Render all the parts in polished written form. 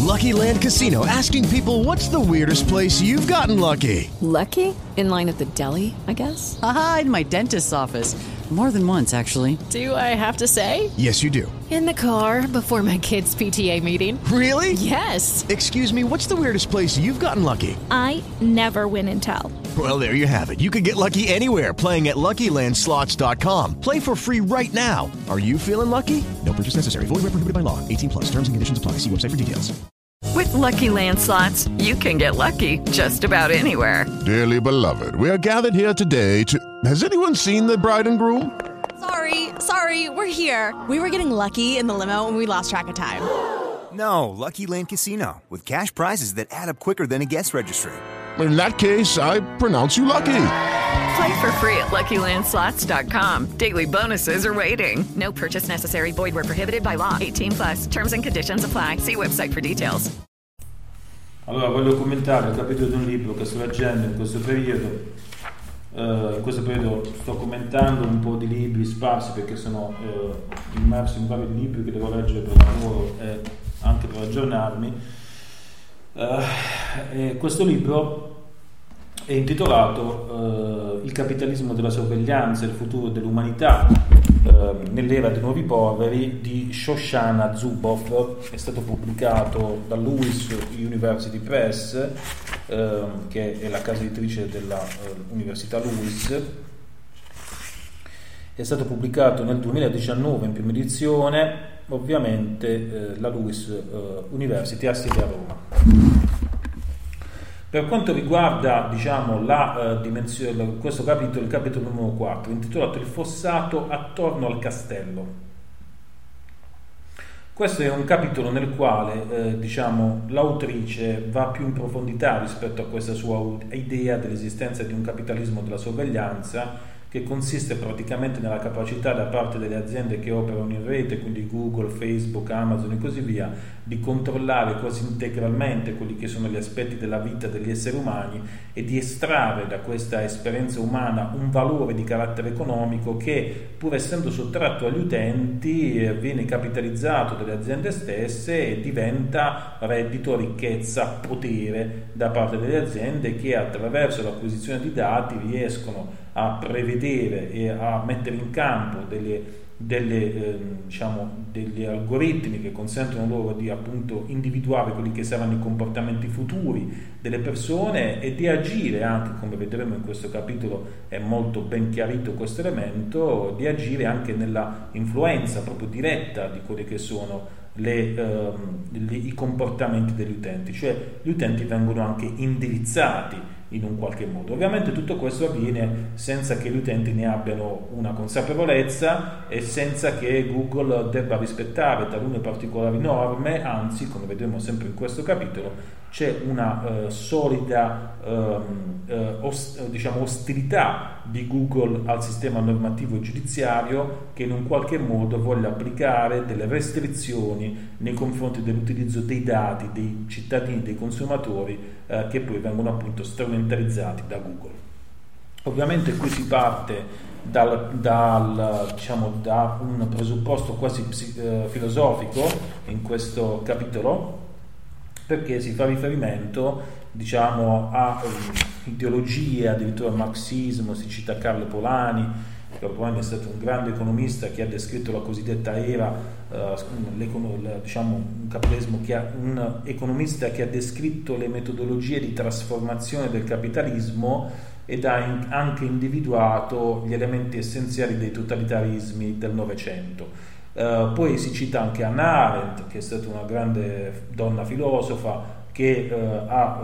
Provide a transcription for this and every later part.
Lucky Land Casino, asking people, what's the weirdest place you've gotten lucky? Lucky? In line at the deli, I guess? Aha, in my dentist's office. More than once, actually. Do I have to say? Yes, you do. In the car before my kids' PTA meeting. Really? Yes. Excuse me, what's the weirdest place you've gotten lucky? I never win and tell. Well, there you have it. You can get lucky anywhere, playing at LuckyLandSlots.com. Play for free right now. Are you feeling lucky? No purchase necessary. Void where prohibited by law. 18 plus. Terms and conditions apply. See website for details. With Lucky Land Slots, you can get lucky just about anywhere. Dearly beloved, we are gathered here today to... Has anyone seen the bride and groom? Sorry, we're here. We were getting lucky in the limo and we lost track of time. No, Lucky Land Casino, with cash prizes that add up quicker than a guest registry. In that case, I pronounce you lucky. Play for free at LuckyLandSlots.com. Daily bonuses are waiting. No purchase necessary. Void where prohibited by law. 18 plus. Terms and conditions apply. See website for details. Allora, voglio commentare il capitolo di un libro che sto leggendo in questo periodo. In questo periodo sto commentando un po' di libri sparsi perché sono immerso in vari libri che devo leggere per lavoro e anche per aggiornarmi. E questo libro è intitolato Il capitalismo della sorveglianza e il futuro dell'umanità nell'era dei nuovi poveri di Shoshana Zuboff. È stato pubblicato da Lewis University Press, che è la casa editrice della Università Lewis. È stato pubblicato nel 2019 in prima edizione, ovviamente la Lewis University ha sede a Roma. Per quanto riguarda, diciamo, la dimensione, questo capitolo, il capitolo numero 4, intitolato Il fossato attorno al castello. Questo è un capitolo nel quale, diciamo, l'autrice va più in profondità rispetto a questa sua idea dell'esistenza di un capitalismo della sorveglianza, che consiste praticamente nella capacità da parte delle aziende che operano in rete, quindi Google, Facebook, Amazon e così via, di controllare quasi integralmente quelli che sono gli aspetti della vita degli esseri umani e di estrarre da questa esperienza umana un valore di carattere economico che, pur essendo sottratto agli utenti, viene capitalizzato dalle aziende stesse e diventa reddito, ricchezza, potere da parte delle aziende che attraverso l'acquisizione di dati riescono a prevedere e a mettere in campo degli algoritmi che consentono loro di appunto individuare quelli che saranno i comportamenti futuri delle persone e di agire anche, come vedremo in questo capitolo è molto ben chiarito questo elemento, di agire anche nella influenza proprio diretta di quelli che sono i comportamenti degli utenti, cioè gli utenti vengono anche indirizzati in un qualche modo. Ovviamente tutto questo avviene senza che gli utenti ne abbiano una consapevolezza e senza che Google debba rispettare talune particolari norme, anzi, come vedremo sempre in questo capitolo, c'è una solida ostilità di Google al sistema normativo e giudiziario che in un qualche modo vuole applicare delle restrizioni nei confronti dell'utilizzo dei dati dei cittadini, dei consumatori che poi vengono appunto strumentalizzati da Google. Ovviamente qui si parte da un presupposto quasi filosofico in questo capitolo, perché si fa riferimento, diciamo, a ideologie, addirittura al marxismo. Si cita Carlo Polanyi. Carlo Polanyi è stato un grande economista che ha descritto la cosiddetta era, un economista che ha descritto le metodologie di trasformazione del capitalismo ed ha anche individuato gli elementi essenziali dei totalitarismi del Novecento. Poi si cita anche Hannah Arendt, che è stata una grande donna filosofa che ha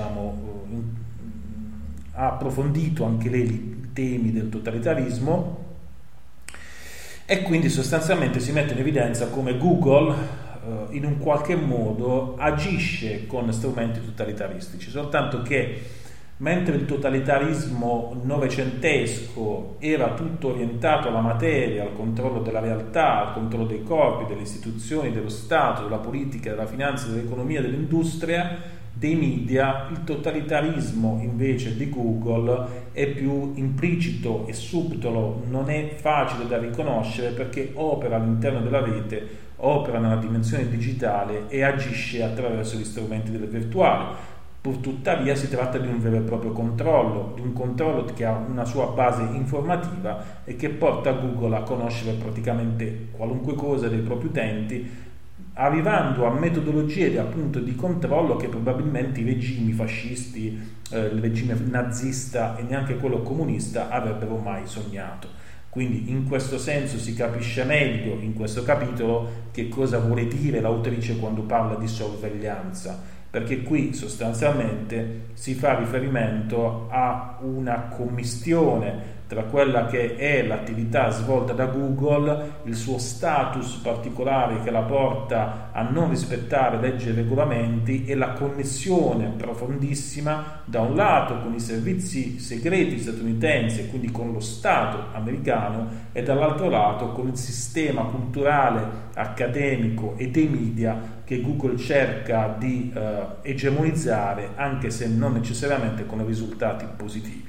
approfondito anche lei i temi del totalitarismo, e quindi sostanzialmente si mette in evidenza come Google in un qualche modo agisce con strumenti totalitaristici, soltanto che Mentre il totalitarismo novecentesco era tutto orientato alla materia, al controllo della realtà, al controllo dei corpi, delle istituzioni, dello Stato, della politica, della finanza, dell'economia, dell'industria, dei media, il totalitarismo invece di Google è più implicito e subdolo, non è facile da riconoscere perché opera all'interno della rete, opera nella dimensione digitale e agisce attraverso gli strumenti del virtuale. Purtuttavia si tratta di un vero e proprio controllo, di un controllo che ha una sua base informativa e che porta Google a conoscere praticamente qualunque cosa dei propri utenti, arrivando a metodologie appunto di controllo che probabilmente i regimi fascisti, il regime nazista e neanche quello comunista avrebbero mai sognato. Quindi in questo senso si capisce meglio in questo capitolo che cosa vuole dire l'autrice quando parla di sorveglianza, perché qui sostanzialmente si fa riferimento a una commistione tra quella che è l'attività svolta da Google, il suo status particolare che la porta a non rispettare leggi e regolamenti e la connessione profondissima da un lato con i servizi segreti statunitensi e quindi con lo Stato americano e dall'altro lato con il sistema culturale, accademico e dei media che Google cerca di egemonizzare, anche se non necessariamente con risultati positivi.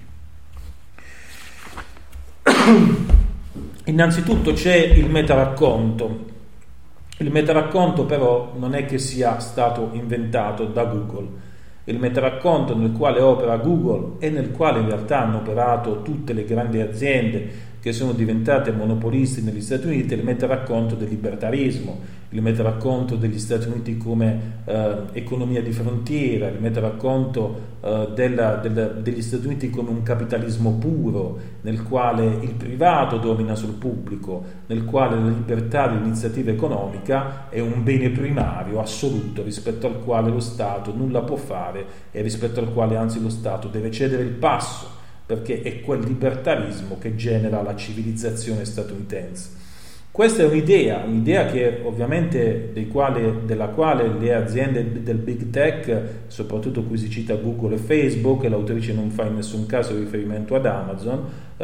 Innanzitutto c'è il metaracconto. Il metaracconto però non è che sia stato inventato da Google. Il metaracconto nel quale opera Google e nel quale in realtà hanno operato tutte le grandi aziende che sono diventate monopolisti negli Stati Uniti, è il metaracconto del libertarismo, il metaracconto degli Stati Uniti come economia di frontiera, il metaracconto degli Stati Uniti come un capitalismo puro, nel quale il privato domina sul pubblico, nel quale la libertà di iniziativa economica è un bene primario assoluto rispetto al quale lo Stato nulla può fare e rispetto al quale anzi lo Stato deve cedere il passo, perché è quel libertarismo che genera la civilizzazione statunitense. Questa è un'idea che ovviamente della quale le aziende del big tech, soprattutto qui si cita Google e Facebook, e l'autrice non fa in nessun caso riferimento ad Amazon,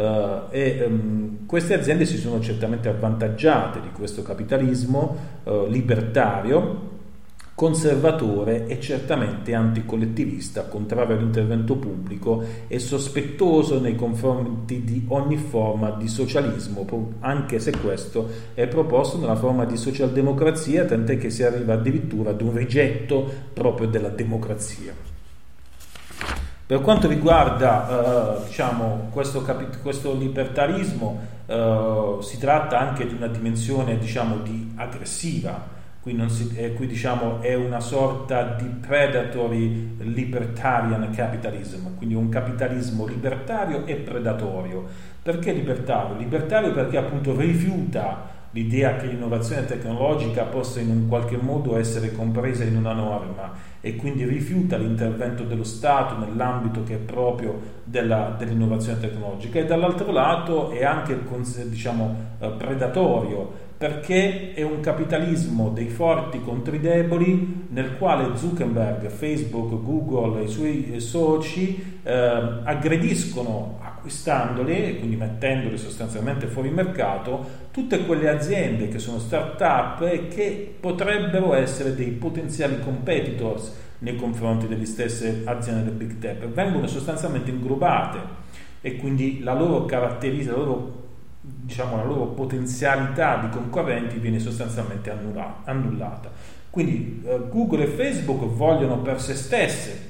queste aziende si sono certamente avvantaggiate di questo capitalismo libertario, conservatore e certamente anticollettivista, contrario all'intervento pubblico e sospettoso nei confronti di ogni forma di socialismo, anche se questo è proposto nella forma di socialdemocrazia, tant'è che si arriva addirittura ad un rigetto proprio della democrazia. Per quanto riguarda questo libertarismo, si tratta anche di una dimensione di aggressiva. Qui è una sorta di predatory libertarian capitalism, quindi un capitalismo libertario e predatorio. Perché libertario? Libertario perché appunto rifiuta l'idea che l'innovazione tecnologica possa in un qualche modo essere compresa in una norma e quindi rifiuta l'intervento dello Stato nell'ambito che è proprio dell'innovazione tecnologica, e dall'altro lato è anche predatorio perché è un capitalismo dei forti contro i deboli, nel quale Zuckerberg, Facebook, Google e i suoi soci aggrediscono, acquistandole e quindi mettendole sostanzialmente fuori mercato, tutte quelle aziende che sono start-up e che potrebbero essere dei potenziali competitors nei confronti delle stesse aziende del big tech. Vengono sostanzialmente inglobate e quindi la loro caratteristica, la loro potenzialità di concorrenti viene sostanzialmente annullata. Quindi Google e Facebook vogliono per se stesse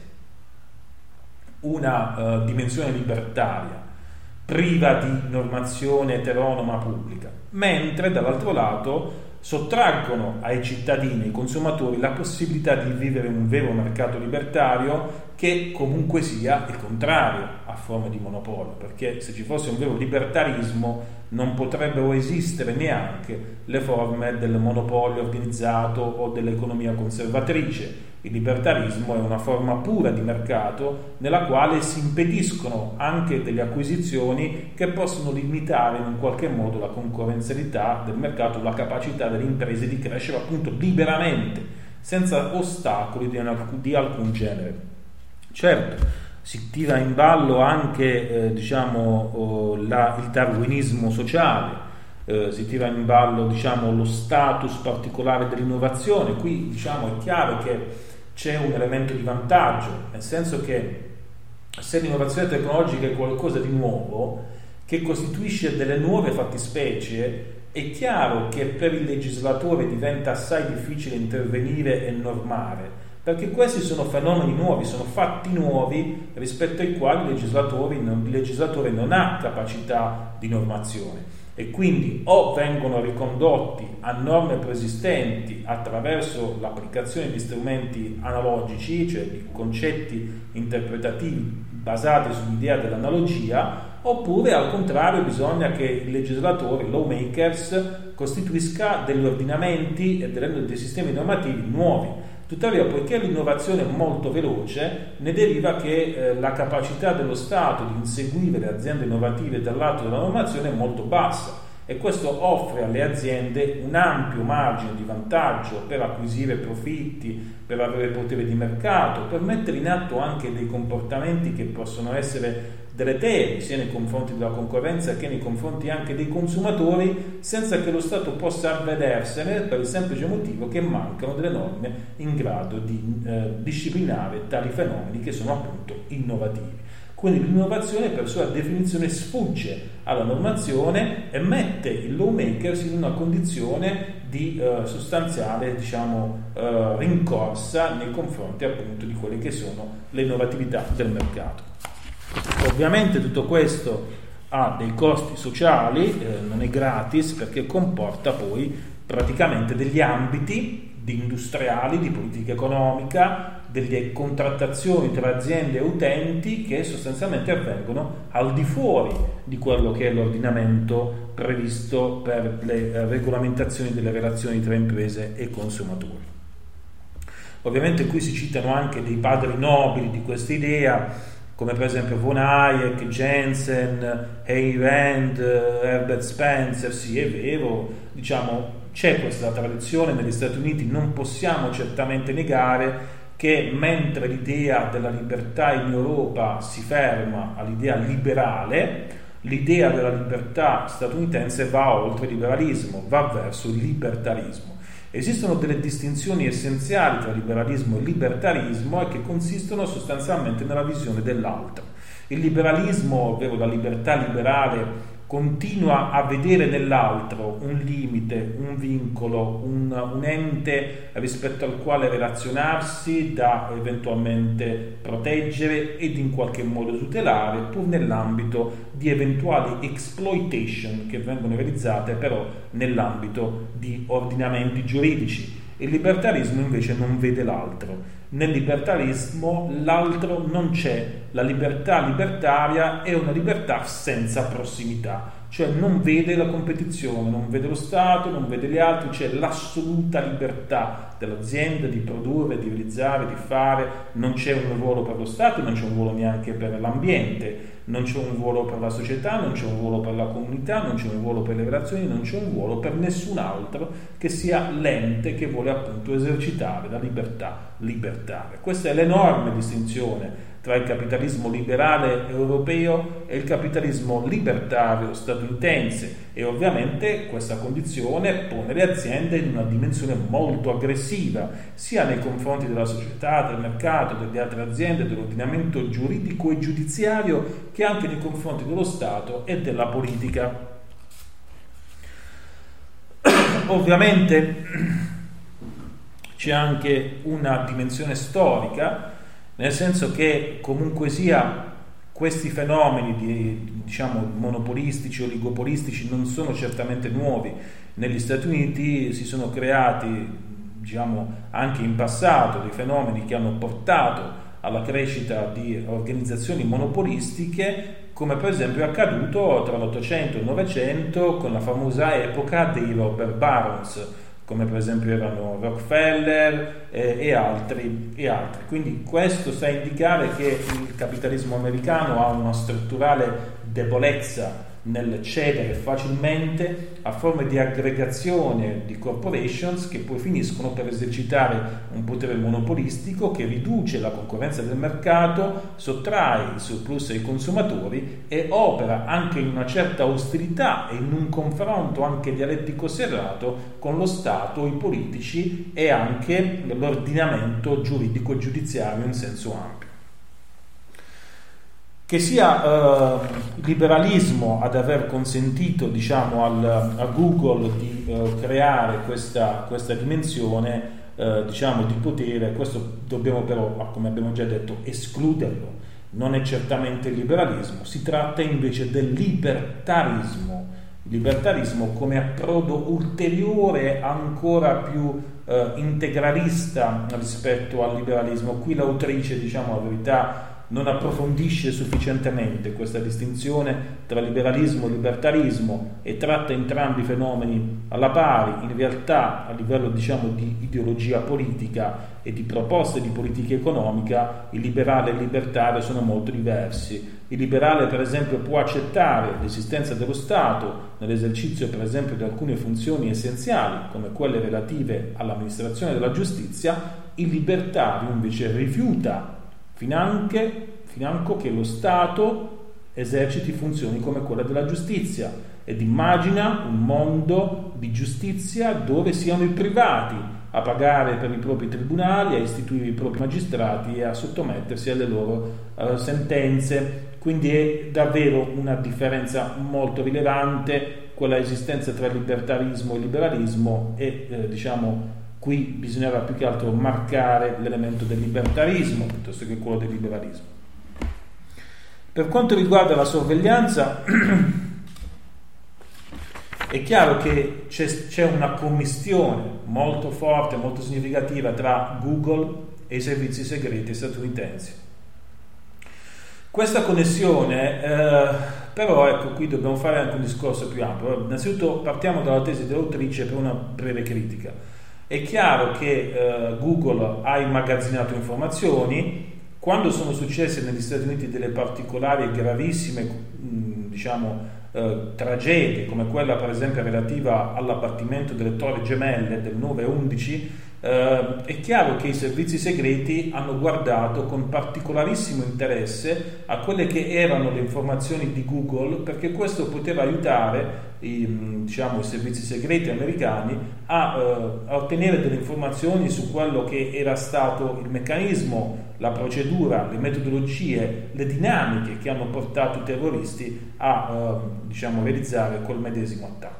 una dimensione libertaria, priva di normazione eteronoma pubblica, mentre dall'altro lato sottraggono ai cittadini, ai consumatori, la possibilità di vivere in un vero mercato libertario che comunque sia il contrario a forme di monopolio, perché se ci fosse un vero libertarismo non potrebbero esistere neanche le forme del monopolio organizzato o dell'economia conservatrice. Il libertarismo è una forma pura di mercato nella quale si impediscono anche delle acquisizioni che possono limitare in un qualche modo la concorrenzialità del mercato, la capacità delle imprese di crescere appunto liberamente, senza ostacoli di alcun genere. Certo, si tira in ballo anche il darwinismo sociale, si tira in ballo lo status particolare dell'innovazione. Qui è chiaro che c'è un elemento di vantaggio, nel senso che se l'innovazione tecnologica è qualcosa di nuovo che costituisce delle nuove fattispecie, è chiaro che per il legislatore diventa assai difficile intervenire e normare, perché questi sono fenomeni nuovi, sono fatti nuovi rispetto ai quali il legislatore non ha capacità di normazione, e quindi o vengono ricondotti a norme preesistenti attraverso l'applicazione di strumenti analogici, cioè di concetti interpretativi basati sull'idea dell'analogia, oppure al contrario bisogna che il legislatore, il lawmakers, costituisca degli ordinamenti e dei sistemi normativi nuovi. Tuttavia, poiché l'innovazione è molto veloce, ne deriva che la capacità dello Stato di inseguire le aziende innovative dal lato della normazione è molto bassa, e questo offre alle aziende un ampio margine di vantaggio per acquisire profitti, per avere potere di mercato, per mettere in atto anche dei comportamenti che possono essere deleteri sia nei confronti della concorrenza che nei confronti anche dei consumatori, senza che lo Stato possa avvedersene, per il semplice motivo che mancano delle norme in grado di disciplinare tali fenomeni che sono appunto innovativi. Quindi l'innovazione per sua definizione sfugge alla normazione e mette il lawmakers in una condizione di sostanziale rincorsa nei confronti appunto di quelle che sono le innovatività del mercato. Ovviamente tutto questo ha dei costi sociali, non è gratis, perché comporta poi praticamente degli ambiti di industriali, di politica economica, delle contrattazioni tra aziende e utenti che sostanzialmente avvengono al di fuori di quello che è l'ordinamento previsto per le regolamentazioni delle relazioni tra imprese e consumatori. Ovviamente qui si citano anche dei padri nobili di questa idea, come per esempio von Hayek, Jensen, Ayn Rand, Herbert Spencer. Sì, è vero, c'è questa tradizione negli Stati Uniti. Non possiamo certamente negare che mentre l'idea della libertà in Europa si ferma all'idea liberale, l'idea della libertà statunitense va oltre il liberalismo, va verso il libertarismo. Esistono delle distinzioni essenziali tra liberalismo e libertarismo e che consistono sostanzialmente nella visione dell'altro. Il liberalismo, ovvero la libertà liberale, continua a vedere nell'altro un limite, un vincolo, un ente rispetto al quale relazionarsi, da eventualmente proteggere ed in qualche modo tutelare, pur nell'ambito di eventuali exploitation che vengono realizzate però nell'ambito di ordinamenti giuridici. Il libertarismo invece non vede l'altro. Nel libertarismo l'altro non c'è. La libertà libertaria è una libertà senza prossimità, cioè non vede la competizione, non vede lo Stato, non vede gli altri, c'è l'assoluta libertà dell'azienda di produrre, di realizzare, di fare. Non c'è un ruolo per lo Stato, non c'è un ruolo neanche per l'ambiente, non c'è un ruolo per la società, non c'è un ruolo per la comunità, non c'è un ruolo per le relazioni, non c'è un ruolo per nessun altro che sia l'ente che vuole appunto esercitare la libertà libertaria. Questa è l'enorme distinzione tra il capitalismo liberale europeo e il capitalismo libertario statunitense, e ovviamente questa condizione pone le aziende in una dimensione molto aggressiva, sia nei confronti della società, del mercato, delle altre aziende, dell'ordinamento giuridico e giudiziario, che anche nei confronti dello Stato e della politica. Ovviamente c'è anche una dimensione storica, nel senso che comunque sia questi fenomeni monopolistici, oligopolistici non sono certamente nuovi. Negli Stati Uniti si sono creati anche in passato dei fenomeni che hanno portato alla crescita di organizzazioni monopolistiche, come per esempio è accaduto tra l'Ottocento e il Novecento con la famosa epoca dei robber barons, come per esempio erano Rockefeller e altri. Quindi questo sta a indicare che il capitalismo americano ha una strutturale debolezza nel cedere facilmente a forme di aggregazione di corporations che poi finiscono per esercitare un potere monopolistico che riduce la concorrenza del mercato, sottrae il surplus ai consumatori e opera anche in una certa ostilità e in un confronto anche dialettico serrato con lo Stato, i politici e anche l'ordinamento giuridico e giudiziario in senso ampio. Che sia il liberalismo ad aver consentito, diciamo, a Google di creare questa dimensione, diciamo, di potere, questo dobbiamo però, come abbiamo già detto, escluderlo. Non è certamente il liberalismo, si tratta invece del libertarismo. Il libertarismo come approdo ulteriore, ancora più integralista rispetto al liberalismo. Qui l'autrice, diciamo la verità, non approfondisce sufficientemente questa distinzione tra liberalismo e libertarismo e tratta entrambi i fenomeni alla pari. In realtà, a livello, diciamo, di ideologia politica e di proposte di politica economica, il liberale e il libertario sono molto diversi. Il liberale, per esempio, può accettare l'esistenza dello Stato nell'esercizio, per esempio, di alcune funzioni essenziali come quelle relative all'amministrazione della giustizia. Il libertario invece rifiuta financo che lo Stato eserciti funzioni come quella della giustizia ed immagina un mondo di giustizia dove siano i privati a pagare per i propri tribunali, a istituire i propri magistrati e a sottomettersi alle loro sentenze. Quindi è davvero una differenza molto rilevante quella esistenza tra libertarismo e liberalismo e diciamo qui bisognerà più che altro marcare l'elemento del libertarismo piuttosto che quello del liberalismo. Per quanto riguarda la sorveglianza, è chiaro che c'è una commistione molto forte, molto significativa tra Google e i servizi segreti statunitensi. Questa connessione, però, ecco, qui dobbiamo fare anche un discorso più ampio. Innanzitutto partiamo dalla tesi dell'autrice per una breve critica. È chiaro che Google ha immagazzinato informazioni. Quando sono successe negli Stati Uniti delle particolari e gravissime tragedie come quella per esempio relativa all'abbattimento delle torri gemelle del 9/11, è chiaro che i servizi segreti hanno guardato con particolarissimo interesse a quelle che erano le informazioni di Google, perché questo poteva aiutare i servizi segreti americani a ottenere delle informazioni su quello che era stato il meccanismo, la procedura, le metodologie, le dinamiche che hanno portato i terroristi a realizzare quel medesimo attacco.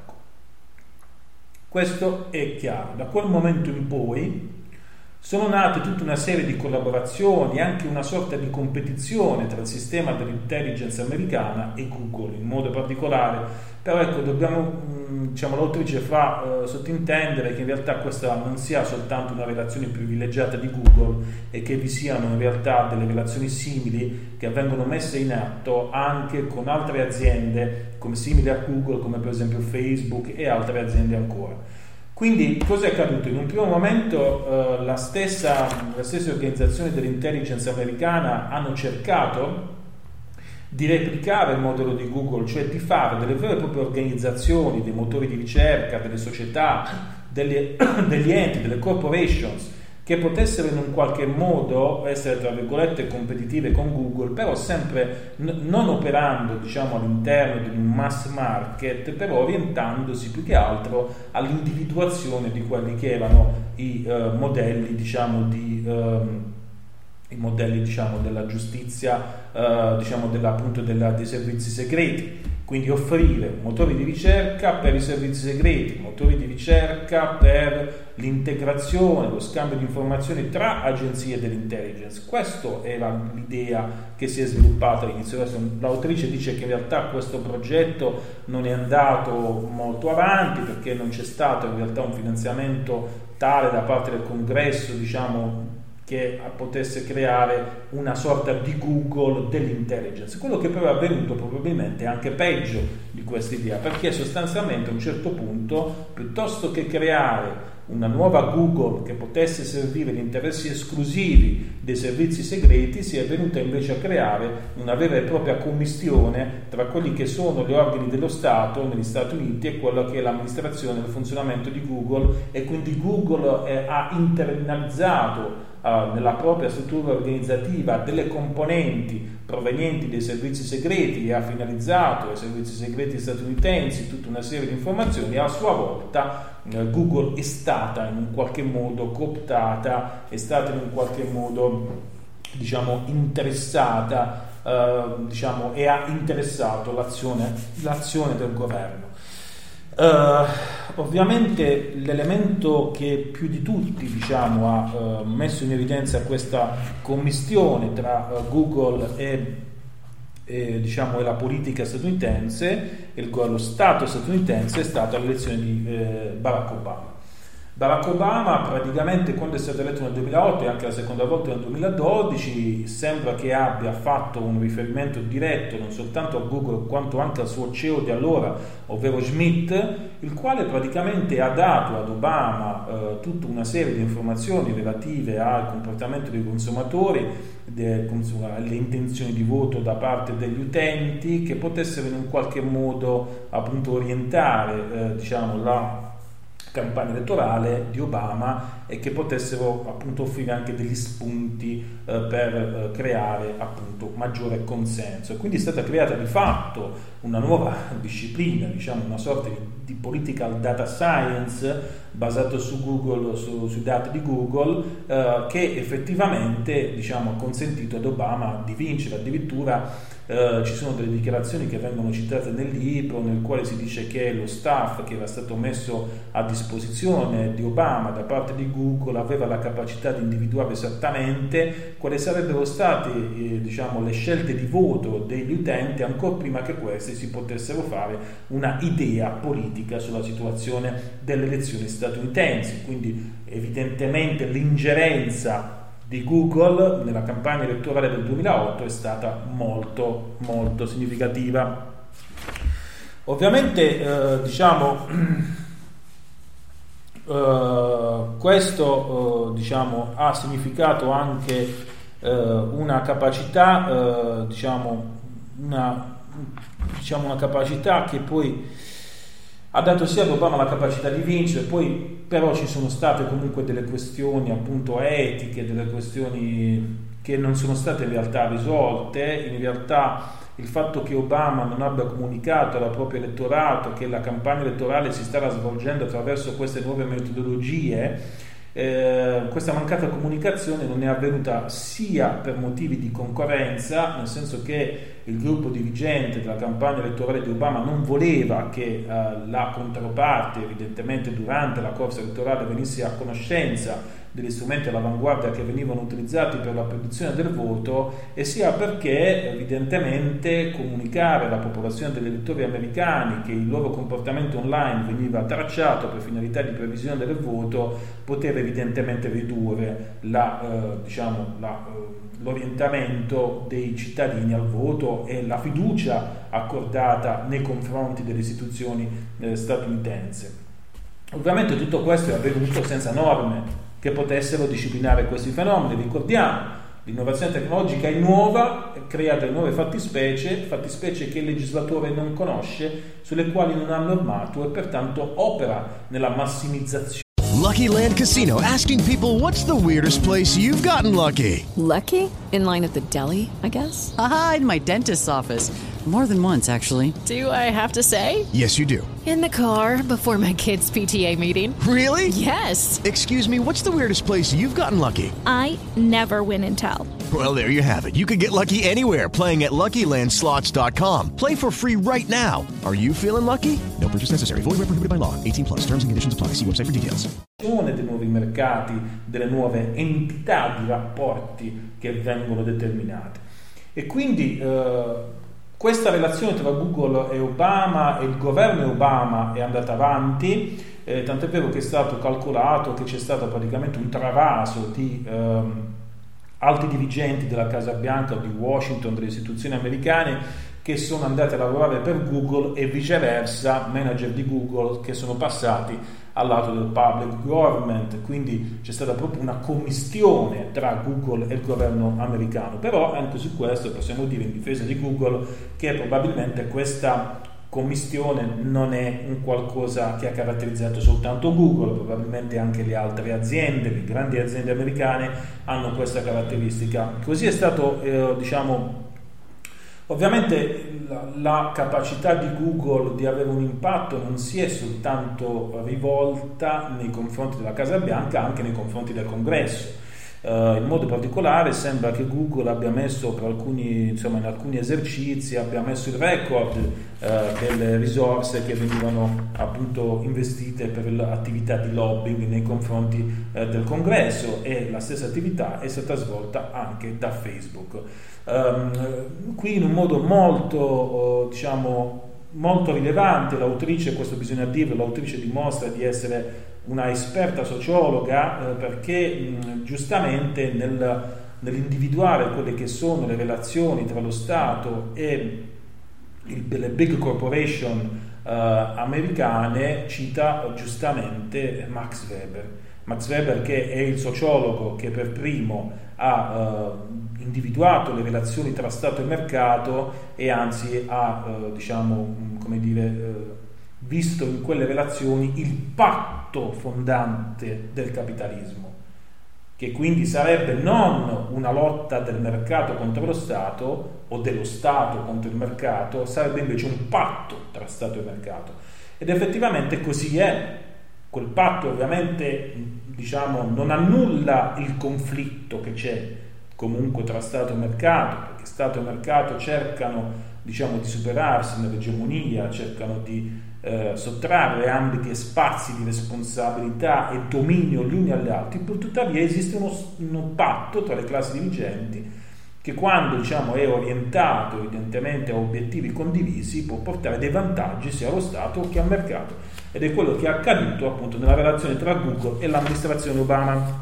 Questo è chiaro. Da quel momento in poi sono nate tutta una serie di collaborazioni, anche una sorta di competizione tra il sistema dell'intelligence americana e Google in modo particolare. Però ecco, l'autrice fa sottintendere che in realtà questa non sia soltanto una relazione privilegiata di Google e che vi siano in realtà delle relazioni simili che vengono messe in atto anche con altre aziende come simili a Google, come per esempio Facebook e altre aziende ancora. Quindi cosa è accaduto? In un primo momento le stesse organizzazioni dell'intelligence americana hanno cercato di replicare il modello di Google, cioè di fare delle vere e proprie organizzazioni, dei motori di ricerca, delle società, degli enti, delle corporations che potessero in un qualche modo essere tra virgolette competitive con Google, però sempre non operando all'interno di un mass market, però orientandosi più che altro all'individuazione di quelli che erano i modelli della giustizia, dei servizi segreti. Quindi offrire motori di ricerca per i servizi segreti, motori di ricerca per l'integrazione, lo scambio di informazioni tra agenzie dell'intelligence. Questa era l'idea che si è sviluppata all'inizio. Adesso l'autrice dice che in realtà questo progetto non è andato molto avanti perché non c'è stato in realtà un finanziamento tale da parte del Congresso, che potesse creare una sorta di Google dell'intelligence. Quello che però è avvenuto probabilmente è anche peggio di questa idea, perché sostanzialmente a un certo punto, piuttosto che creare una nuova Google che potesse servire gli interessi esclusivi dei servizi segreti, si è venuta invece a creare una vera e propria commistione tra quelli che sono gli organi dello Stato negli Stati Uniti e quello che è l'amministrazione del funzionamento di Google, e quindi Google ha internalizzato nella propria struttura organizzativa delle componenti provenienti dai servizi segreti e ha finalizzato ai servizi segreti statunitensi tutta una serie di informazioni. A sua volta Google è stata in un qualche modo cooptata, è stata in un qualche modo interessata e ha interessato l'azione del governo. Ovviamente l'elemento che più di tutti ha messo in evidenza questa commistione tra Google e la politica statunitense e lo Stato statunitense è stata l'elezione di Barack Obama. Barack Obama praticamente, quando è stato eletto nel 2008 e anche la seconda volta nel 2012, sembra che abbia fatto un riferimento diretto non soltanto a Google quanto anche al suo CEO di allora, ovvero Schmidt, il quale praticamente ha dato ad Obama tutta una serie di informazioni relative al comportamento dei consumatori, alle intenzioni di voto da parte degli utenti, che potessero in un qualche modo appunto orientare la campagna elettorale di Obama e che potessero appunto offrire anche degli spunti per creare appunto maggiore consenso. E quindi è stata creata di fatto una nuova disciplina, una sorta di political data science basato su Google, sui dati di Google, che effettivamente ha consentito ad Obama di vincere. Addirittura ci sono delle dichiarazioni che vengono citate nel libro, nel quale si dice che lo staff che era stato messo a disposizione di Obama da parte di Google aveva la capacità di individuare esattamente quali sarebbero state le scelte di voto degli utenti ancora prima che questi si potessero fare una idea politica sulla situazione delle elezioni statunitensi. Quindi evidentemente l'ingerenza di Google nella campagna elettorale del 2008 è stata molto molto significativa. Ovviamente questo ha significato anche una capacità una capacità che poi ha dato sia ad Obama la capacità di vincere. Poi però ci sono state comunque delle questioni appunto etiche, delle questioni che non sono state in realtà risolte. In realtà il fatto che Obama non abbia comunicato al proprio elettorato che la campagna elettorale si stava svolgendo attraverso queste nuove metodologie, questa mancata comunicazione non è avvenuta sia per motivi di concorrenza, nel senso che il gruppo dirigente della campagna elettorale di Obama non voleva che la controparte evidentemente durante la corsa elettorale venisse a conoscenza degli strumenti all'avanguardia che venivano utilizzati per la predizione del voto, e sia perché evidentemente comunicare alla popolazione degli elettori americani che il loro comportamento online veniva tracciato per finalità di previsione del voto poteva evidentemente ridurre l'orientamento dei cittadini al voto e la fiducia accordata nei confronti delle istituzioni statunitensi. Ovviamente tutto questo è avvenuto senza norme che potessero disciplinare questi fenomeni. Ricordiamo, l'innovazione tecnologica è nuova, crea delle nuove fattispecie che il legislatore non conosce, sulle quali non ha normato e pertanto opera nella massimizzazione. Lucky Land Casino, asking people, what's the weirdest place you've gotten lucky? Lucky? In line at the deli, I guess? Aha, in my dentist's office. More than once, actually. Do I have to say? Yes, you do. In the car before my kids' PTA meeting. Really? Yes. Excuse me, what's the weirdest place you've gotten lucky? I never win and tell. Well, there you have it. You can get lucky anywhere, playing at LuckyLandSlots.com. Play for free right now. Are you feeling lucky? No purchase necessary. Void where prohibited by law. 18+. Terms and conditions apply. See website for details. Dei nuovi mercati, delle nuove entità di rapporti che vengono determinate. E quindi questa relazione tra Google e Obama e il governo Obama è andata avanti, tant'è vero che è stato calcolato che c'è stato praticamente un travaso di alti dirigenti della Casa Bianca o di Washington, delle istituzioni americane, che sono andati a lavorare per Google, e viceversa manager di Google che sono passati al lato del public government, quindi c'è stata proprio una commistione tra Google e il governo americano. Però anche su questo possiamo dire, in difesa di Google, che probabilmente questa commistione non è un qualcosa che ha caratterizzato soltanto Google, probabilmente anche le altre aziende, le grandi aziende americane hanno questa caratteristica. Così è stato, ovviamente la capacità di Google di avere un impatto non si è soltanto rivolta nei confronti della Casa Bianca, anche nei confronti del Congresso. In modo particolare sembra che Google abbia messo in alcuni esercizi abbia messo il record delle risorse che venivano appunto investite per l'attività di lobbying nei confronti del Congresso, e la stessa attività è stata svolta anche da Facebook. Qui in un modo molto molto rilevante l'autrice, questo bisogna dirlo, l'autrice dimostra di essere una esperta sociologa, perché giustamente nell'individuare quelle che sono le relazioni tra lo Stato e le big corporation americane, cita giustamente Max Weber, che è il sociologo che per primo ha individuato le relazioni tra Stato e mercato, e anzi ha visto in quelle relazioni il patto fondante del capitalismo, che quindi sarebbe non una lotta del mercato contro lo Stato o dello Stato contro il mercato, sarebbe invece un patto tra Stato e mercato. Ed effettivamente così è. Quel patto ovviamente non annulla il conflitto che c'è comunque tra Stato e mercato, perché Stato e mercato cercano di superarsi nell'egemonia, cercano di sottrarre ambiti e spazi di responsabilità e dominio gli uni agli altri. Pur tuttavia esiste uno patto tra le classi dirigenti che, quando è orientato evidentemente a obiettivi condivisi, può portare dei vantaggi sia allo Stato che al mercato, ed è quello che è accaduto appunto nella relazione tra Google e l'amministrazione Obama.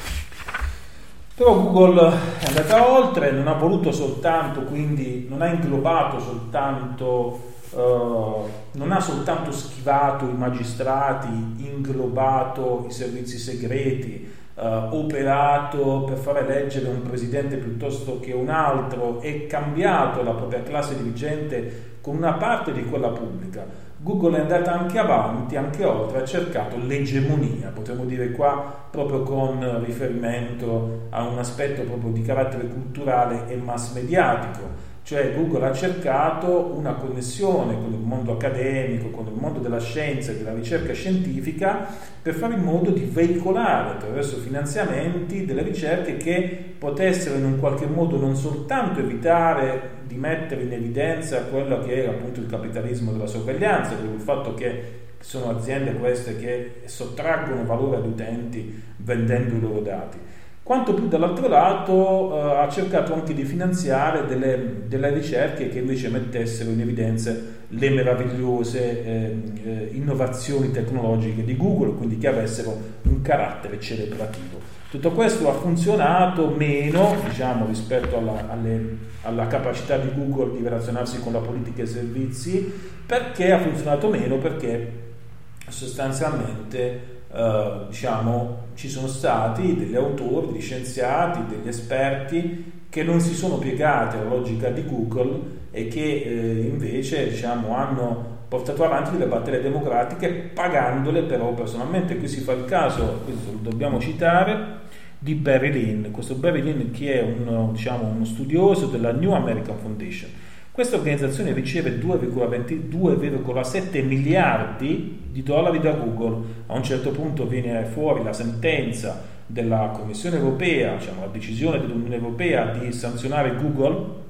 Però Google è andata oltre, non ha voluto soltanto, quindi non ha inglobato soltanto, non ha soltanto schivato i magistrati, inglobato i servizi segreti, operato per fare eleggere un presidente piuttosto che un altro, e cambiato la propria classe dirigente con una parte di quella pubblica. Google è andata anche avanti, anche oltre, ha cercato l'egemonia, potremmo dire qua, proprio con riferimento a un aspetto proprio di carattere culturale e mass mediatico. Cioè Google ha cercato una connessione con il mondo accademico, con il mondo della scienza e della ricerca scientifica, per fare in modo di veicolare attraverso finanziamenti delle ricerche che potessero in un qualche modo non soltanto evitare di mettere in evidenza quello che era appunto il capitalismo della sorveglianza, quindi il fatto che sono aziende queste che sottraggono valore agli utenti vendendo i loro dati, quanto più dall'altro lato ha cercato anche di finanziare delle ricerche che invece mettessero in evidenza le meravigliose innovazioni tecnologiche di Google, quindi che avessero un carattere celebrativo. Tutto questo ha funzionato meno, rispetto alla capacità di Google di relazionarsi con la politica e i servizi. Perché ha funzionato meno? Perché sostanzialmente ci sono stati degli autori, degli scienziati, degli esperti che non si sono piegati alla logica di Google e che invece hanno portato avanti delle battaglie democratiche, pagandole però personalmente. Qui si fa il caso, questo lo dobbiamo citare, di Barry Lynn. Questo Barry Lynn, che è uno studioso della New American Foundation. Questa organizzazione riceve 2,7 miliardi di dollari da Google. A un certo punto viene fuori la sentenza della Commissione europea, la decisione dell'Unione Europea di sanzionare Google,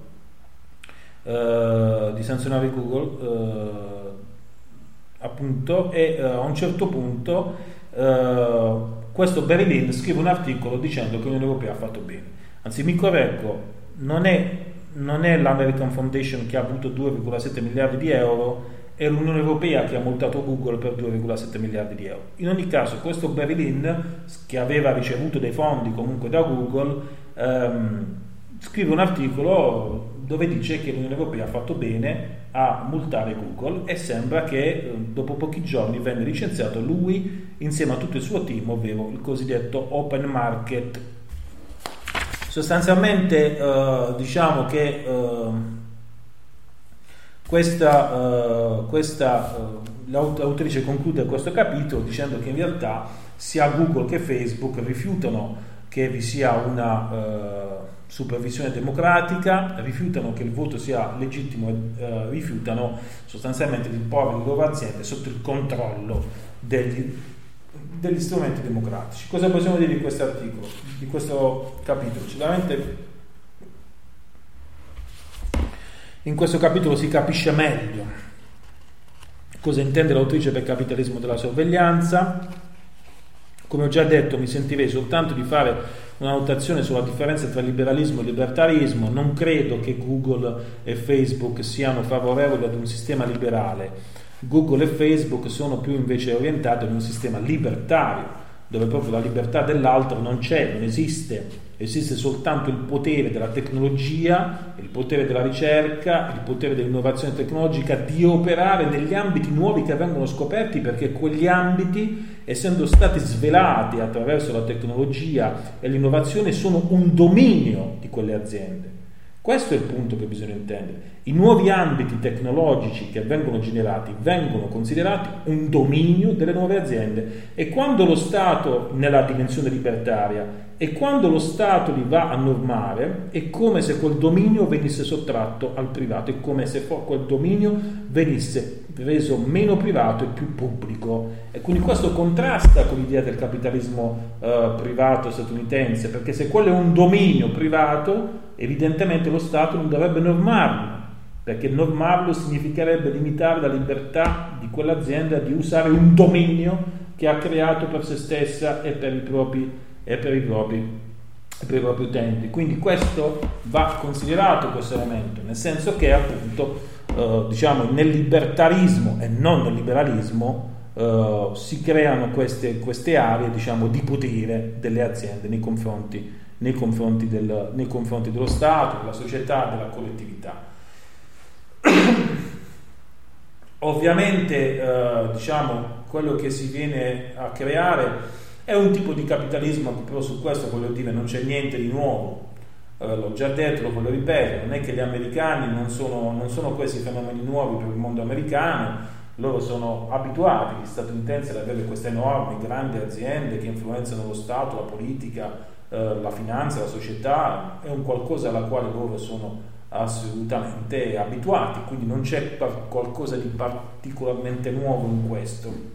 appunto, e a un certo punto questo Barry Lynn scrive un articolo dicendo che l'Unione Europea ha fatto bene. Anzi, mi correggo, non è l'American Foundation che ha avuto 2,7 miliardi di euro, è l'Unione Europea che ha multato Google per 2,7 miliardi di euro. In ogni caso, questo Barry Lynn, che aveva ricevuto dei fondi comunque da Google, scrive un articolo dove dice che l'Unione Europea ha fatto bene a multare Google e sembra che dopo pochi giorni venne licenziato lui insieme a tutto il suo team, ovvero il cosiddetto Open Market. Sostanzialmente diciamo che l'autrice conclude questo capitolo dicendo che in realtà sia Google che Facebook rifiutano che vi sia una supervisione democratica, rifiutano che il voto sia legittimo e rifiutano sostanzialmente di porre le loro aziende sotto il controllo degli strumenti democratici. Cosa possiamo dire di questo articolo, di questo capitolo? Sicuramente in questo capitolo si capisce meglio cosa intende l'autrice per capitalismo della sorveglianza. Come ho già detto, mi sentirei soltanto di fare una notazione sulla differenza tra liberalismo e libertarismo. Non credo che Google e Facebook siano favorevoli ad un sistema liberale. Google e Facebook sono più invece orientati ad un sistema libertario, dove proprio la libertà dell'altro non c'è, non esiste. Esiste soltanto il potere della tecnologia, il potere della ricerca, il potere dell'innovazione tecnologica di operare negli ambiti nuovi che vengono scoperti, perché quegli ambiti, essendo stati svelati attraverso la tecnologia e l'innovazione, sono un dominio di quelle aziende. Questo è il punto che bisogna intendere. I nuovi ambiti tecnologici che vengono generati vengono considerati un dominio delle nuove aziende, e quando lo Stato, nella dimensione libertaria, e quando lo Stato li va a normare, è come se quel dominio venisse sottratto al privato, è come se quel dominio venisse reso meno privato e più pubblico. E quindi questo contrasta con l'idea del capitalismo privato statunitense, perché se quello è un dominio privato, evidentemente lo Stato non dovrebbe normarlo, perché normarlo significherebbe limitare la libertà di quell'azienda di usare un dominio che ha creato per se stessa e per i propri utenti. Quindi questo va considerato, questo elemento, nel senso che appunto diciamo nel libertarismo e non nel liberalismo si creano queste aree, diciamo, di potere delle aziende nei confronti dello Stato, della società, della collettività. Ovviamente diciamo quello che si viene a creare è un tipo di capitalismo, però su questo voglio dire non c'è niente di nuovo. L'ho già detto, lo voglio ripetere, non è che gli americani non sono questi fenomeni nuovi per il mondo americano, loro sono abituati, gli statunitensi, ad avere queste enormi, grandi aziende che influenzano lo Stato, la politica, la finanza, la società, è un qualcosa alla quale loro sono assolutamente abituati, quindi non c'è qualcosa di particolarmente nuovo in questo.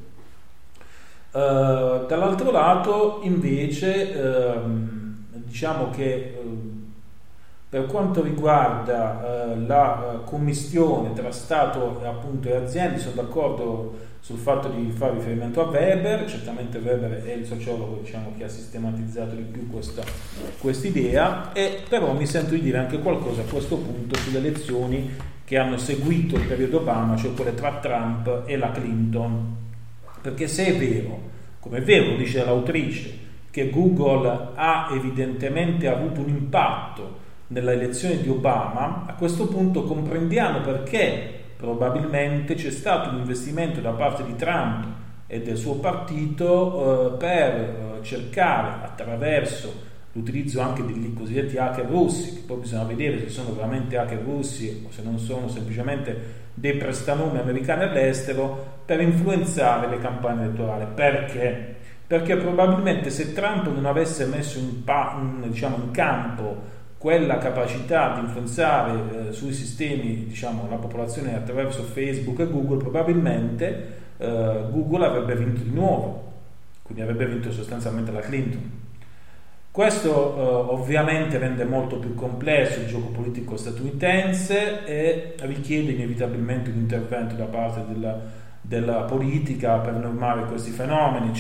Dall'altro lato invece diciamo che per quanto riguarda la commistione tra Stato e aziende, sono d'accordo sul fatto di fare riferimento a Weber. Certamente Weber è il sociologo, diciamo, che ha sistematizzato di più questa idea, e però mi sento di dire anche qualcosa a questo punto sulle elezioni che hanno seguito il periodo Obama, cioè quelle tra Trump e la Clinton. Perché se è vero, come è vero, lo dice l'autrice, che Google ha evidentemente avuto un impatto nella elezione di Obama, a questo punto comprendiamo perché probabilmente c'è stato un investimento da parte di Trump e del suo partito per cercare, attraverso l'utilizzo anche degli cosiddetti hacker russi, che poi bisogna vedere se sono veramente hacker russi o se non sono semplicemente dei prestanomi americani all'estero, per influenzare le campagne elettorali. Perché? Perché probabilmente se Trump non avesse messo in campo quella capacità di influenzare sui sistemi, diciamo, la popolazione attraverso Facebook e Google, probabilmente Google avrebbe vinto di nuovo, quindi avrebbe vinto sostanzialmente la Clinton. Questo ovviamente rende molto più complesso il gioco politico statunitense e richiede inevitabilmente un intervento da parte della politica per normare questi fenomeni.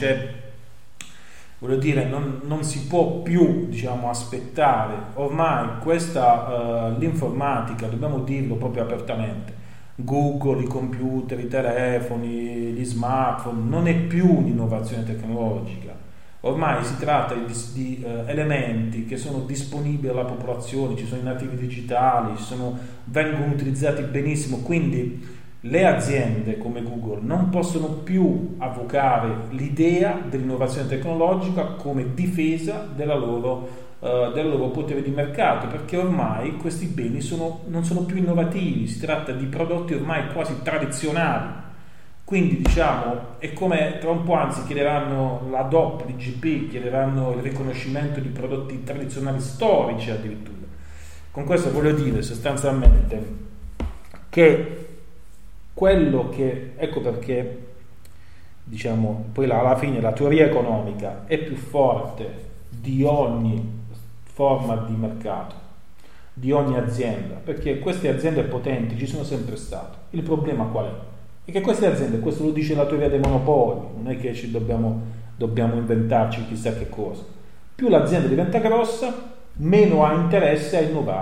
Voglio dire, non si può più, diciamo, aspettare. Ormai l'informatica, dobbiamo dirlo proprio apertamente, Google, i computer, i telefoni, gli smartphone, non è più un'innovazione tecnologica, Ormai si tratta di elementi che sono disponibili alla popolazione, ci sono i nativi digitali, vengono utilizzati benissimo, quindi le aziende come Google non possono più avvocare l'idea dell'innovazione tecnologica come difesa del loro potere di mercato, perché ormai questi beni non sono più innovativi, si tratta di prodotti ormai quasi tradizionali. Quindi è come tra un po', anzi, chiederanno la DOP, l'IGP, chiederanno il riconoscimento di prodotti tradizionali storici addirittura. Con questo voglio dire sostanzialmente che quello che, ecco perché poi alla fine la teoria economica è più forte di ogni forma di mercato, di ogni azienda, perché queste aziende potenti ci sono sempre state. Il problema qual è? E che queste aziende, questo lo dice la teoria dei monopoli, non è che ci dobbiamo inventarci chissà che cosa. Più l'azienda diventa grossa, meno ha interesse a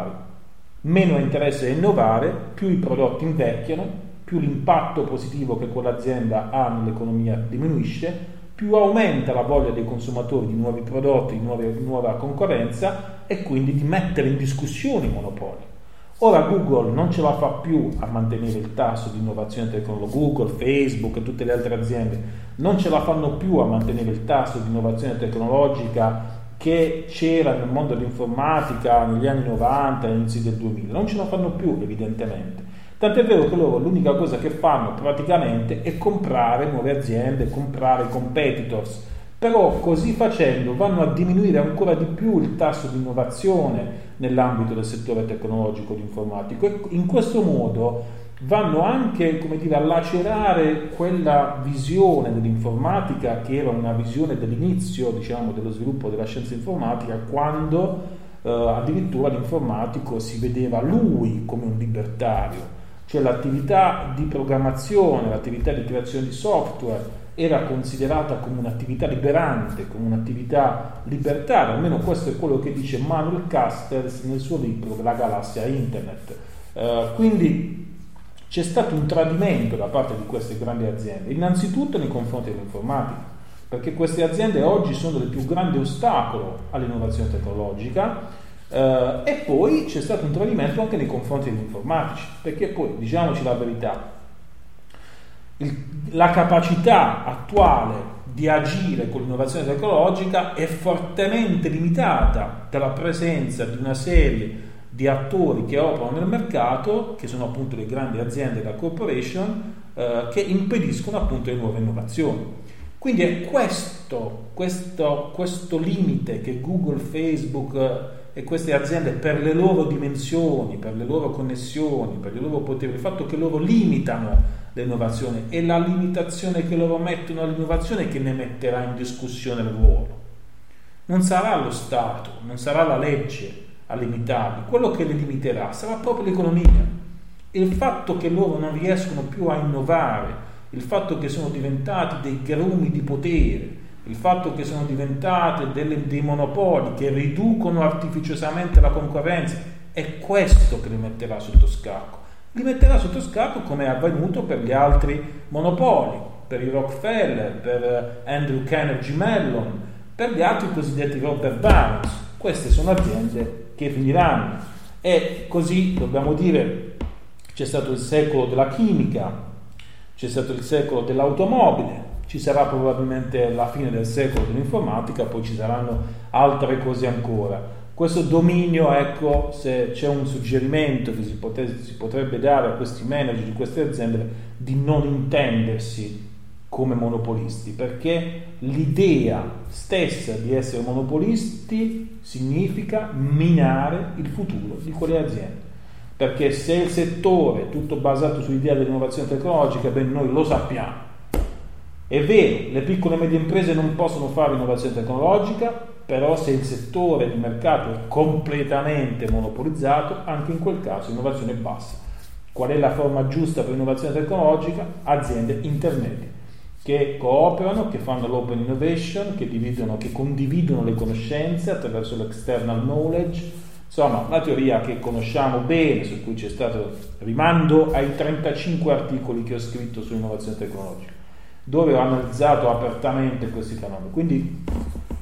innovare, più i prodotti invecchiano, più l'impatto positivo che quell'azienda ha nell'economia diminuisce, più aumenta la voglia dei consumatori di nuovi prodotti, di nuova concorrenza e quindi di mettere in discussione i monopoli. Ora Google non ce la fa più a mantenere il tasso di innovazione tecnologica, Google, Facebook e tutte le altre aziende non ce la fanno più a mantenere il tasso di innovazione tecnologica che c'era nel mondo dell'informatica negli anni 90 e all'inizio del 2000, non ce la fanno più evidentemente. Tant'è vero che loro l'unica cosa che fanno praticamente è comprare nuove aziende, comprare competitors, però così facendo vanno a diminuire ancora di più il tasso di innovazione nell'ambito del settore tecnologico ed informatico e in questo modo vanno anche, a lacerare quella visione dell'informatica che era una visione dell'inizio, dello sviluppo della scienza informatica, quando addirittura l'informatico si vedeva lui come un libertario, cioè l'attività di programmazione, l'attività di creazione di software era considerata come un'attività liberante, come un'attività libertaria, almeno questo è quello che dice Manuel Castells nel suo libro La galassia Internet. Quindi c'è stato un tradimento da parte di queste grandi aziende, innanzitutto nei confronti dell'informatica, perché queste aziende oggi sono il più grande ostacolo all'innovazione tecnologica, e poi c'è stato un tradimento anche nei confronti degli informatici, perché poi, diciamoci la verità, la capacità attuale di agire con l'innovazione tecnologica è fortemente limitata dalla presenza di una serie di attori che operano nel mercato, che sono appunto le grandi aziende, la corporation, che impediscono appunto le nuove innovazioni. Quindi è questo limite che Google, Facebook e queste aziende, per le loro dimensioni, per le loro connessioni, per i loro poteri, il fatto che loro limitano l'innovazione e la limitazione che loro mettono all'innovazione che ne metterà in discussione il ruolo. Non sarà lo Stato, non sarà la legge a limitarli, quello che le limiterà sarà proprio l'economia. Il fatto che loro non riescono più a innovare, il fatto che sono diventati dei grumi di potere, il fatto che sono diventate dei monopoli che riducono artificiosamente la concorrenza, è questo che li metterà sotto scacco. Li metterà sotto scacco come è avvenuto per gli altri monopoli, per i Rockefeller, per Andrew Carnegie Mellon, per gli altri cosiddetti Robert Barons. Queste sono aziende che finiranno. E così, dobbiamo dire, c'è stato il secolo della chimica, c'è stato il secolo dell'automobile, ci sarà probabilmente la fine del secolo dell'informatica, poi ci saranno altre cose ancora. Questo dominio, ecco, se c'è un suggerimento che si potrebbe dare a questi manager di queste aziende, di non intendersi come monopolisti, perché l'idea stessa di essere monopolisti significa minare il futuro di quelle aziende. Perché se il settore è tutto basato sull'idea dell'innovazione tecnologica, noi lo sappiamo. È vero, le piccole e medie imprese non possono fare innovazione tecnologica, però se il settore di mercato è completamente monopolizzato, anche in quel caso innovazione è bassa. Qual è la forma giusta per l'innovazione tecnologica? Aziende intermedie che cooperano, che fanno l'open innovation, che condividono le conoscenze attraverso l'external knowledge. Insomma, la teoria che conosciamo bene, su cui c'è stato, rimando ai 35 articoli che ho scritto sull'innovazione tecnologica, dove ho analizzato apertamente questi fenomeni. Quindi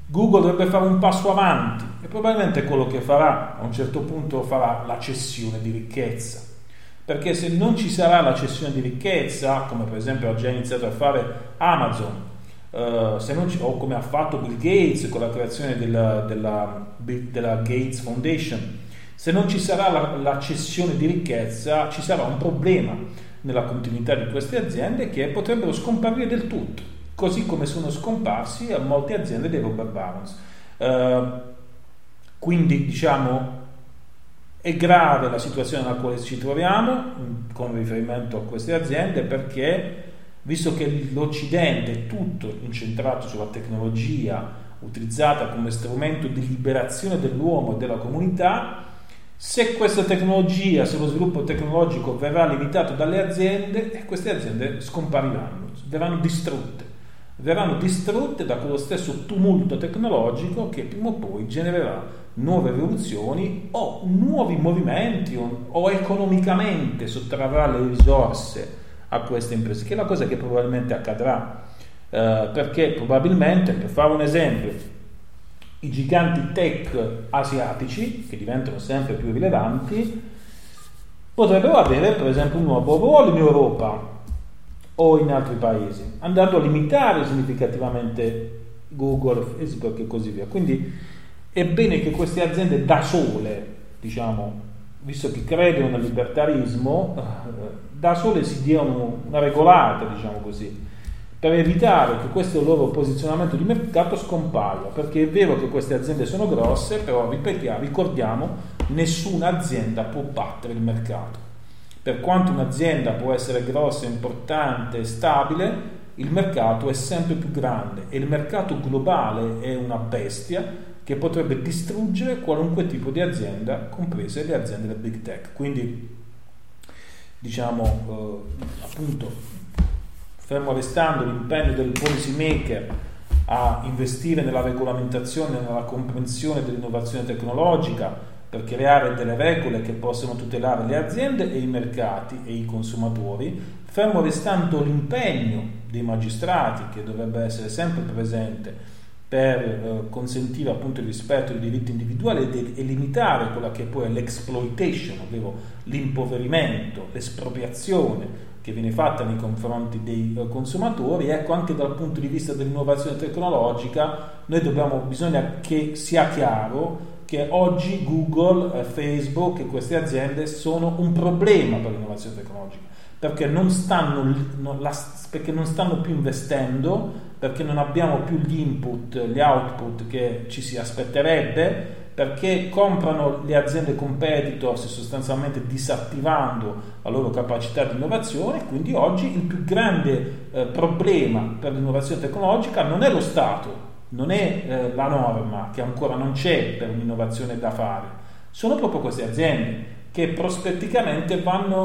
Google dovrebbe fare un passo avanti e probabilmente quello che farà a un certo punto farà la cessione di ricchezza, perché se non ci sarà la cessione di ricchezza, come per esempio ha già iniziato a fare Amazon, o come ha fatto Bill Gates con la creazione della Gates Foundation, se non ci sarà la cessione di ricchezza ci sarà un problema nella continuità di queste aziende che potrebbero scomparire del tutto, così come sono scomparsi a molte aziende dei robber barons. Quindi diciamo è grave la situazione nella quale ci troviamo con riferimento a queste aziende, perché visto che l'Occidente è tutto incentrato sulla tecnologia utilizzata come strumento di liberazione dell'uomo e della comunità, se questa tecnologia, se lo sviluppo tecnologico verrà limitato dalle aziende, queste aziende scompariranno, verranno distrutte da quello stesso tumulto tecnologico che prima o poi genererà nuove rivoluzioni o nuovi movimenti o economicamente sottrarrà le risorse a queste imprese, che è la cosa che probabilmente accadrà, perché probabilmente, per fare un esempio, i giganti tech asiatici, che diventano sempre più rilevanti, potrebbero avere per esempio un nuovo ruolo in Europa o in altri paesi, andando a limitare significativamente Google, Facebook e così via. Quindi è bene che queste aziende da sole, diciamo, visto che credono nel libertarismo, da sole si diano una regolata, diciamo così, per evitare che questo loro posizionamento di mercato scompaia, perché è vero che queste aziende sono grosse, però ricordiamo, nessuna azienda può battere il mercato. Per quanto un'azienda può essere grossa, importante, stabile, il mercato è sempre più grande e il mercato globale è una bestia che potrebbe distruggere qualunque tipo di azienda, comprese le aziende del big tech. Quindi diciamo appunto, fermo restando l'impegno del policy maker a investire nella regolamentazione, nella comprensione dell'innovazione tecnologica, per creare delle regole che possano tutelare le aziende e i mercati e i consumatori, fermo restando l'impegno dei magistrati, che dovrebbe essere sempre presente per consentire appunto il rispetto dei diritti individuali e limitare quella che poi è l'exploitation, ovvero l'impoverimento, l'espropriazione che viene fatta nei confronti dei consumatori. Ecco, anche dal punto di vista dell'innovazione tecnologica bisogna che sia chiaro che oggi Google, Facebook e queste aziende sono un problema per l'innovazione tecnologica, perché non stanno più investendo, perché non abbiamo più gli input, gli output che ci si aspetterebbe, perché comprano le aziende competitors, sostanzialmente disattivando la loro capacità di innovazione. Quindi oggi il più grande problema per l'innovazione tecnologica non è lo Stato, non è la norma che ancora non c'è per un'innovazione da fare, sono proprio queste aziende che prospetticamente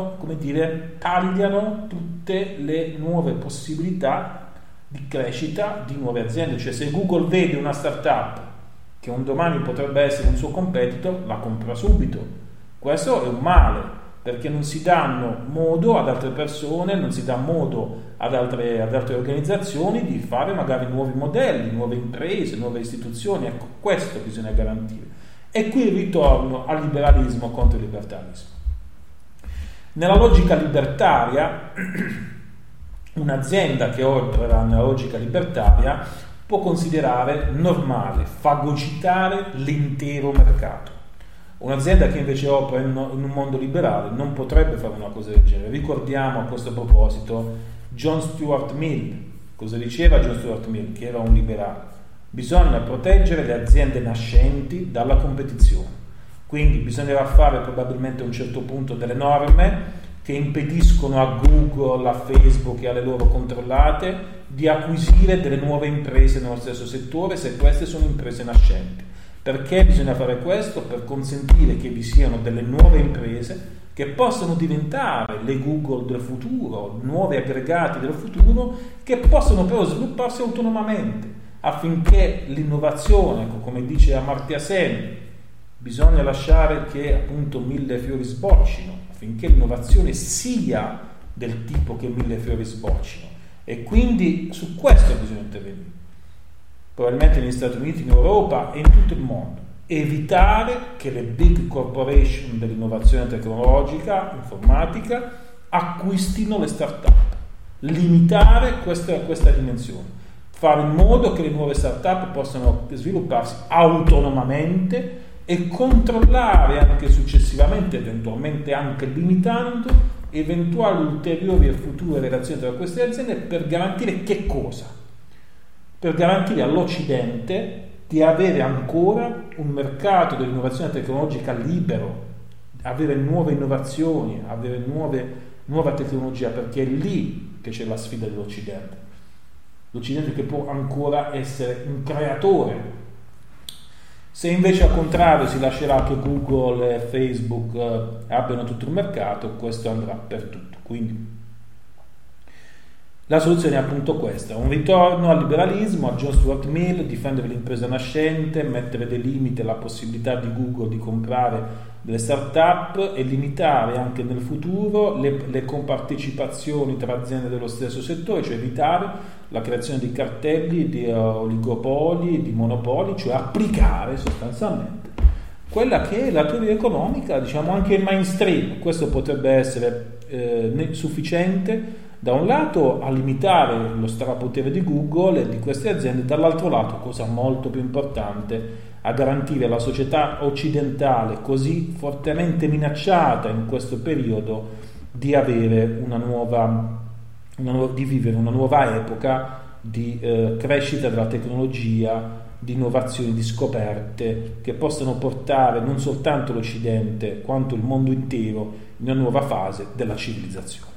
tagliano tutte le nuove possibilità di crescita di nuove aziende. Cioè, se Google vede una startup che un domani potrebbe essere un suo competitor, la compra subito. Questo è un male, perché non si danno modo ad altre persone, non si dà modo ad altre organizzazioni di fare magari nuovi modelli, nuove imprese, nuove istituzioni. Ecco, questo bisogna garantire. E qui il ritorno al liberalismo contro il libertarismo. Nella logica libertaria, un'azienda che opera nella logica libertaria può considerare normale fagocitare l'intero mercato. Un'azienda che invece opera in un mondo liberale non potrebbe fare una cosa del genere. Ricordiamo a questo proposito John Stuart Mill. Cosa diceva John Stuart Mill, che era un liberale? Bisogna proteggere le aziende nascenti dalla competizione. Quindi bisognerà fare probabilmente a un certo punto delle norme che impediscono a Google, a Facebook e alle loro controllate di acquisire delle nuove imprese nello stesso settore se queste sono imprese nascenti. Perché bisogna fare questo? Per consentire che vi siano delle nuove imprese che possano diventare le Google del futuro, nuovi aggregati del futuro, che possono però svilupparsi autonomamente, affinché l'innovazione, come dice Amartya Sen, bisogna lasciare che appunto 1000 fiori sboccino, affinché l'innovazione sia del tipo che 1000 fiori sboccino. E quindi su questo bisogna intervenire. probabilmente negli Stati Uniti, in Europa e in tutto il mondo. Evitare che le big corporation dell'innovazione tecnologica, informatica, acquistino le start-up. Limitare questa dimensione. Fare in modo che le nuove start-up possano svilupparsi autonomamente e controllare anche successivamente, eventualmente anche limitando eventuali ulteriori e future relazioni tra queste aziende, per garantire che cosa? Per garantire all'Occidente di avere ancora un mercato dell'innovazione tecnologica libero, avere nuove innovazioni, avere nuova tecnologia, perché è lì che c'è la sfida dell'Occidente. L'Occidente che può ancora essere un creatore. Se invece al contrario si lascerà che Google e Facebook abbiano tutto il mercato, questo andrà per tutto. Quindi la soluzione è appunto questa: un ritorno al liberalismo, a John Stuart Mill, difendere l'impresa nascente, mettere dei limiti alla possibilità di Google di comprare delle start-up e limitare anche nel futuro le compartecipazioni tra aziende dello stesso settore, cioè evitare la creazione di cartelli, di oligopoli, di monopoli, cioè applicare sostanzialmente quella che è la teoria economica, diciamo anche il mainstream. Questo potrebbe essere sufficiente da un lato a limitare lo strapotere di Google e di queste aziende, dall'altro lato, cosa molto più importante, a garantire alla società occidentale così fortemente minacciata in questo periodo di avere di vivere una nuova epoca di crescita della tecnologia, di innovazioni, di scoperte che possano portare non soltanto l'Occidente quanto il mondo intero in una nuova fase della civilizzazione.